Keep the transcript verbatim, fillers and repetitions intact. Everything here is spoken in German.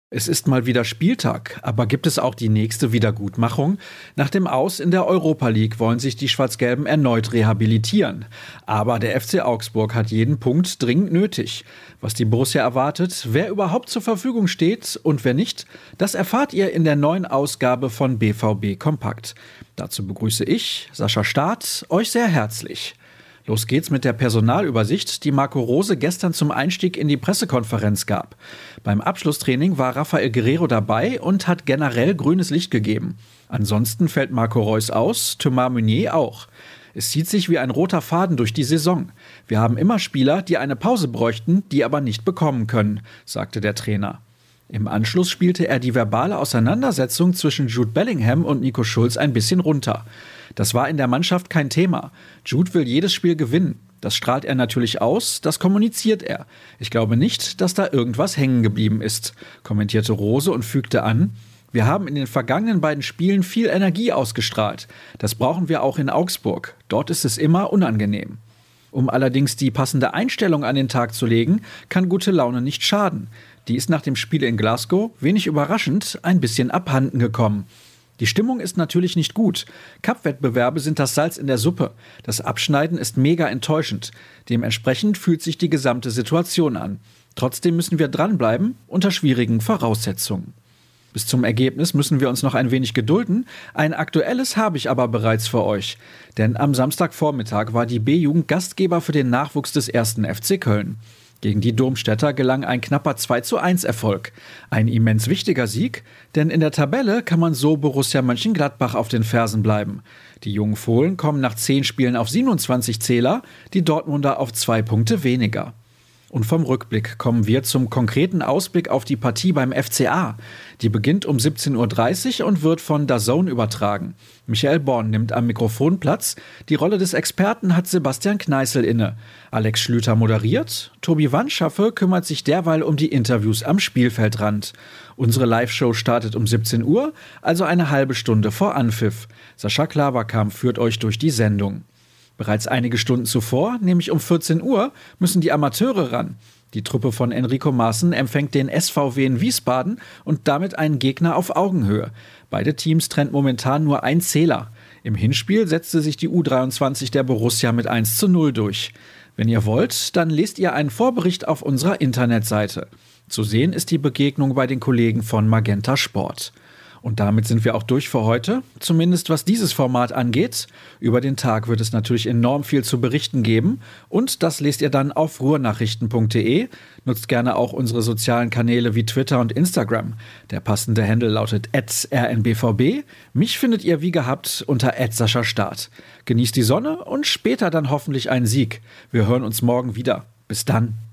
Es ist mal wieder Spieltag, aber gibt es auch die nächste Wiedergutmachung? Nach dem Aus in der Europa League wollen sich die Schwarz-Gelben erneut rehabilitieren. Aber der F C Augsburg hat jeden Punkt dringend nötig. Was die Borussia erwartet, wer überhaupt zur Verfügung steht und wer nicht, das erfahrt ihr in der neuen Ausgabe von B V B Kompakt. Dazu begrüße ich, Sascha Staat, euch sehr herzlich. Los geht's mit der Personalübersicht, die Marco Rose gestern zum Einstieg in die Pressekonferenz gab. Beim Abschlusstraining war Rafael Guerreiro dabei und hat generell grünes Licht gegeben. Ansonsten fällt Marco Reus aus, Thomas Meunier auch. Es zieht sich wie ein roter Faden durch die Saison. Wir haben immer Spieler, die eine Pause bräuchten, die aber nicht bekommen können, sagte der Trainer. Im Anschluss spielte er die verbale Auseinandersetzung zwischen Jude Bellingham und Nico Schulz ein bisschen runter. Das war in der Mannschaft kein Thema. Jude will jedes Spiel gewinnen. Das strahlt er natürlich aus, das kommuniziert er. Ich glaube nicht, dass da irgendwas hängen geblieben ist, kommentierte Rose und fügte an: Wir haben in den vergangenen beiden Spielen viel Energie ausgestrahlt. Das brauchen wir auch in Augsburg. Dort ist es immer unangenehm. Um allerdings die passende Einstellung an den Tag zu legen, kann gute Laune nicht schaden. Die ist nach dem Spiel in Glasgow, wenig überraschend, ein bisschen abhanden gekommen. Die Stimmung ist natürlich nicht gut. Cup-Wettbewerbe sind das Salz in der Suppe. Das Abschneiden ist mega enttäuschend. Dementsprechend fühlt sich die gesamte Situation an. Trotzdem müssen wir dranbleiben, unter schwierigen Voraussetzungen. Bis zum Ergebnis müssen wir uns noch ein wenig gedulden. Ein aktuelles habe ich aber bereits für euch. Denn am Samstagvormittag war die B-Jugend Gastgeber für den Nachwuchs des ersten F C Köln. Gegen die Domstädter gelang ein knapper zwei zu eins Erfolg. Ein immens wichtiger Sieg, denn in der Tabelle kann man so Borussia Mönchengladbach auf den Fersen bleiben. Die jungen Fohlen kommen nach zehn Spielen auf siebenundzwanzig Zähler, die Dortmunder auf zwei Punkte weniger. Und vom Rückblick kommen wir zum konkreten Ausblick auf die Partie beim F C A. Die beginnt um siebzehn Uhr dreißig und wird von D A Z N übertragen. Michael Born nimmt am Mikrofon Platz. Die Rolle des Experten hat Sebastian Kneißl inne. Alex Schlüter moderiert. Tobi Wandschaffe kümmert sich derweil um die Interviews am Spielfeldrand. Unsere Live-Show startet um siebzehn Uhr, also eine halbe Stunde vor Anpfiff. Sascha Klaverkamp führt euch durch die Sendung. Bereits einige Stunden zuvor, nämlich um vierzehn Uhr, müssen die Amateure ran. Die Truppe von Enrico Maaßen empfängt den S V W in Wiesbaden und damit einen Gegner auf Augenhöhe. Beide Teams trennt momentan nur ein Zähler. Im Hinspiel setzte sich die U dreiundzwanzig der Borussia mit eins zu null durch. Wenn ihr wollt, dann lest ihr einen Vorbericht auf unserer Internetseite. Zu sehen ist die Begegnung bei den Kollegen von Magenta Sport. Und damit sind wir auch durch für heute, zumindest was dieses Format angeht. Über den Tag wird es natürlich enorm viel zu berichten geben und das lest ihr dann auf ruhrnachrichten punkt de. Nutzt gerne auch unsere sozialen Kanäle wie Twitter und Instagram. Der passende Handle lautet at r n b v b. Mich findet ihr wie gehabt unter at Sascha Staat. Genießt die Sonne und später dann hoffentlich einen Sieg. Wir hören uns morgen wieder. Bis dann.